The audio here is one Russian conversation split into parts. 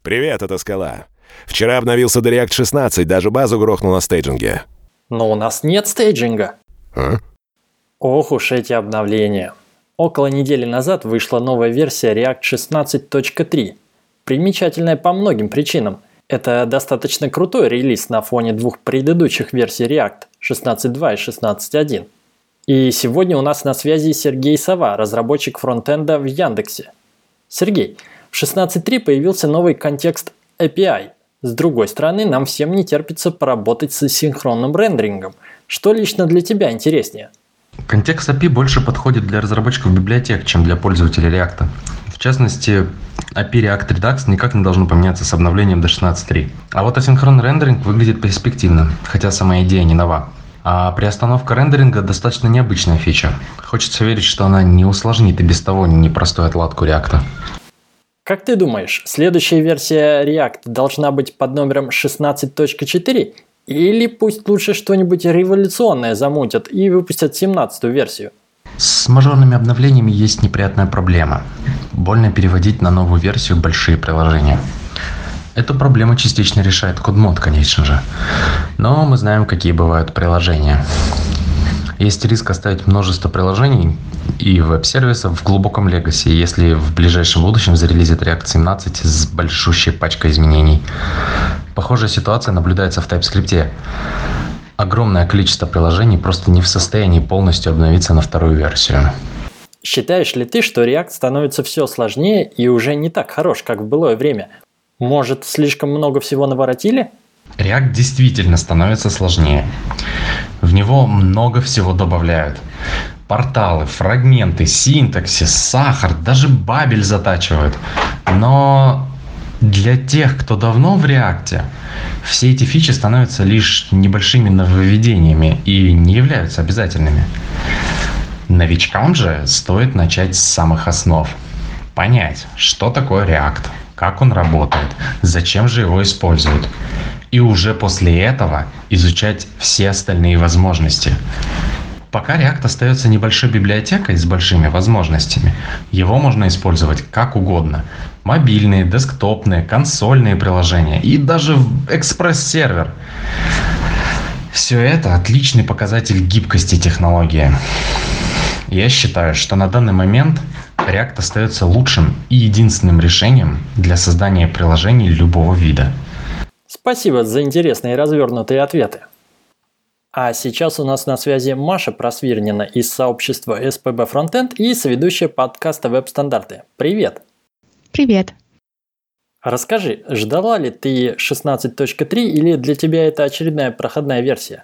Привет, это Скала. Вчера обновился до React 16, даже базу грохнул на стейджинге. Но у нас нет стейджинга. А? Ох уж эти обновления. Около недели назад вышла новая версия React 16.3. Примечательная по многим причинам. Это достаточно крутой релиз на фоне двух предыдущих версий React 16.2 и 16.1. И сегодня у нас на связи Сергей Сова, разработчик фронтенда в Яндексе. Сергей, в 16.3 появился новый контекст API. С другой стороны, нам всем не терпится поработать с асинхронным рендерингом. Что лично для тебя интереснее? Контекст API больше подходит для разработчиков библиотек, чем для пользователей React. В частности, API React Redux никак не должно поменяться с обновлением до 16.3. А вот асинхронный рендеринг выглядит перспективно, хотя сама идея не нова. А приостановка рендеринга достаточно необычная фича. Хочется верить, что она не усложнит и без того непростую отладку React. Как ты думаешь, следующая версия React должна быть под номером 16.4? Или пусть лучше что-нибудь революционное замутят и выпустят 17-ю версию? С мажорными обновлениями есть неприятная проблема. Больно переводить на новую версию большие приложения. Эту проблему частично решает CodeMod, конечно же. Но мы знаем, какие бывают приложения. Есть риск оставить множество приложений и веб-сервисов в глубоком легаси, если в ближайшем будущем зарелизит React 17 с большущей пачкой изменений. Похожая ситуация наблюдается в TypeScript. Огромное количество приложений просто не в состоянии полностью обновиться на вторую версию. Считаешь ли ты, что React становится все сложнее и уже не так хорош, как в былое время? Может, слишком много всего наворотили? React действительно становится сложнее. В него много всего добавляют. Порталы, фрагменты, синтаксис, сахар, даже бабель затачивают. Но для тех, кто давно в React, все эти фичи становятся лишь небольшими нововведениями и не являются обязательными. Новичкам же стоит начать с самых основ. Понять, что такое React, как он работает, зачем же его используют. И уже после этого изучать все остальные возможности. Пока React остается небольшой библиотекой с большими возможностями, его можно использовать как угодно. Мобильные, десктопные, консольные приложения и даже экспресс-сервер. Все это отличный показатель гибкости технологии. Я считаю, что на данный момент React остается лучшим и единственным решением для создания приложений любого вида. Спасибо за интересные и развернутые ответы. А сейчас у нас на связи Маша Просвирнина из сообщества SPB Frontend и соведущая подкаста «Веб-стандарты». Привет! Привет! Расскажи, ждала ли ты 16.3 или для тебя это очередная проходная версия?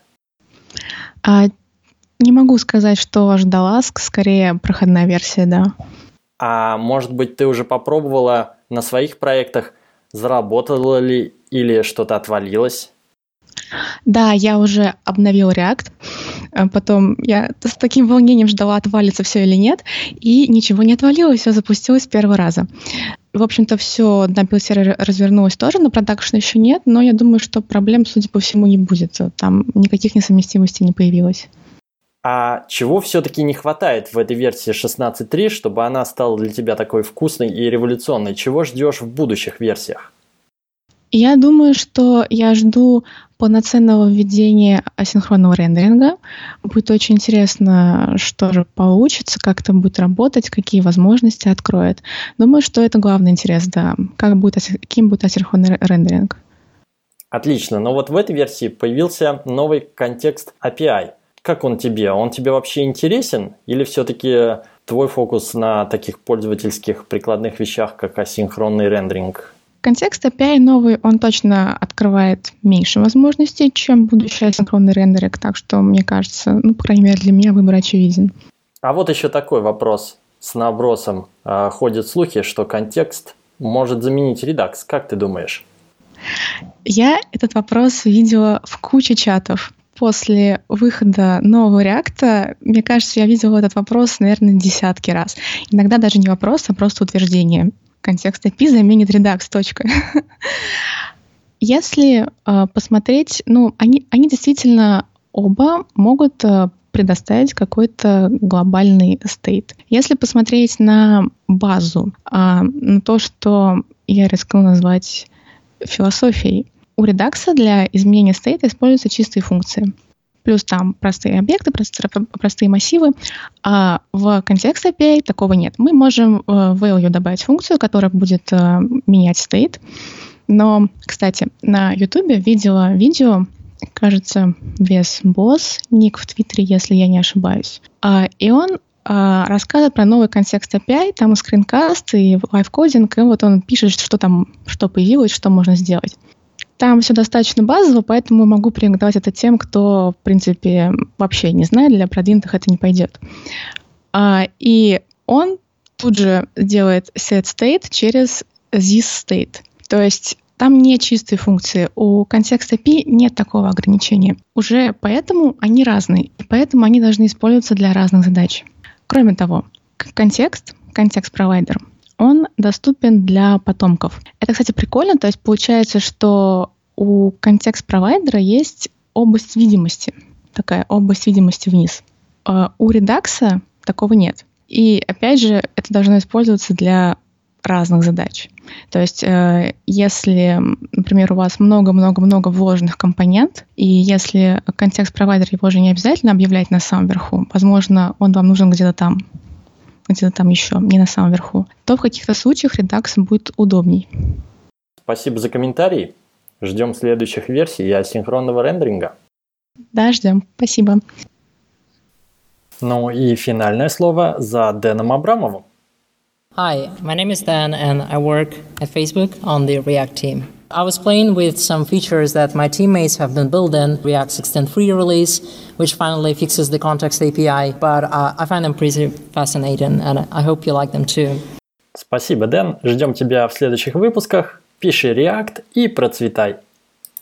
Не могу сказать, что ждала, скорее проходная версия, да. А может быть, ты уже попробовала на своих проектах, заработала ли или что-то отвалилось? Да, я уже обновил React, потом я с таким волнением ждала, отвалится все или нет, и ничего не отвалилось, все запустилось с первого раза. В общем-то, все на билд-сервере развернулось тоже, на продакшн еще нет, но я думаю, что проблем, судя по всему, не будет. Там никаких несовместимостей не появилось. А чего все-таки не хватает в этой версии 16.3, чтобы она стала для тебя такой вкусной и революционной? Чего ждешь в будущих версиях? Я думаю, что я жду полноценного введения асинхронного рендеринга. Будет очень интересно, что же получится, как это будет работать, какие возможности откроет. Думаю, что это главный интерес, да. Каким будет асинхронный рендеринг. Отлично, но вот в этой версии появился новый контекст API. Как он тебе? Он тебе вообще интересен? Или все-таки твой фокус на таких пользовательских прикладных вещах, как асинхронный рендеринг? Контекст API новый, он точно открывает меньше возможностей, чем будущий асинхронный рендеринг, так что, мне кажется, по крайней мере, для меня выбор очевиден. А вот еще такой вопрос с набросом. Ходят слухи, что контекст может заменить Redux. Как ты думаешь? Я этот вопрос видела в куче чатов. После выхода нового React, мне кажется, я видела этот вопрос, наверное, десятки раз. Иногда даже не вопрос, а просто утверждение. Контекст API заменит Redux. Точка. Если посмотреть, они действительно оба могут предоставить какой-то глобальный стейт. Если посмотреть на базу, на то, что я рискну назвать философией. У Redux для изменения стейта используются чистые функции. Плюс там простые объекты, простые массивы. А в контекст API такого нет. Мы можем в value добавить функцию, которая будет менять стейт. Но, кстати, на YouTube видела видео, кажется, Вес-босс, ник в Твиттере, если я не ошибаюсь. И он рассказывает про новый контекст API, там и скринкаст, и лайфкодинг, и вот он пишет, что появилось, что можно сделать. Там все достаточно базово, поэтому могу порекомендовать это тем, кто, в принципе, вообще не знает, для продвинутых это не пойдет. И он тут же делает setState через thisState. То есть там не чистые функции. У контекст API нет такого ограничения. Уже поэтому они разные, и поэтому они должны использоваться для разных задач. Кроме того, контекст-провайдер, он доступен для потомков. Это, кстати, прикольно. То есть получается, что у контекст-провайдера есть область видимости. Такая область видимости вниз. У Redux такого нет. И, опять же, это должно использоваться для разных задач. То есть, если, например, у вас много-много-много вложенных компонент, и если контекст-провайдер его же не обязательно объявлять на самом верху, возможно, он вам нужен где-то там еще, не на самом верху, то в каких-то случаях Redux будет удобней. Спасибо за комментарий. Ждем следующих версий и асинхронного рендеринга. Да, ждем. Спасибо. Ну и финальное слово за Дэном Абрамовым. Hi, my name is Dan and I work at Facebook on the React team. I was playing with some features that my teammates have been building, React 6.10.3 release, which finally fixes the context API, but I find them pretty fascinating and I hope you like them too. Спасибо, Дэн. Ждем тебя в следующих выпусках. Пиши React и процветай.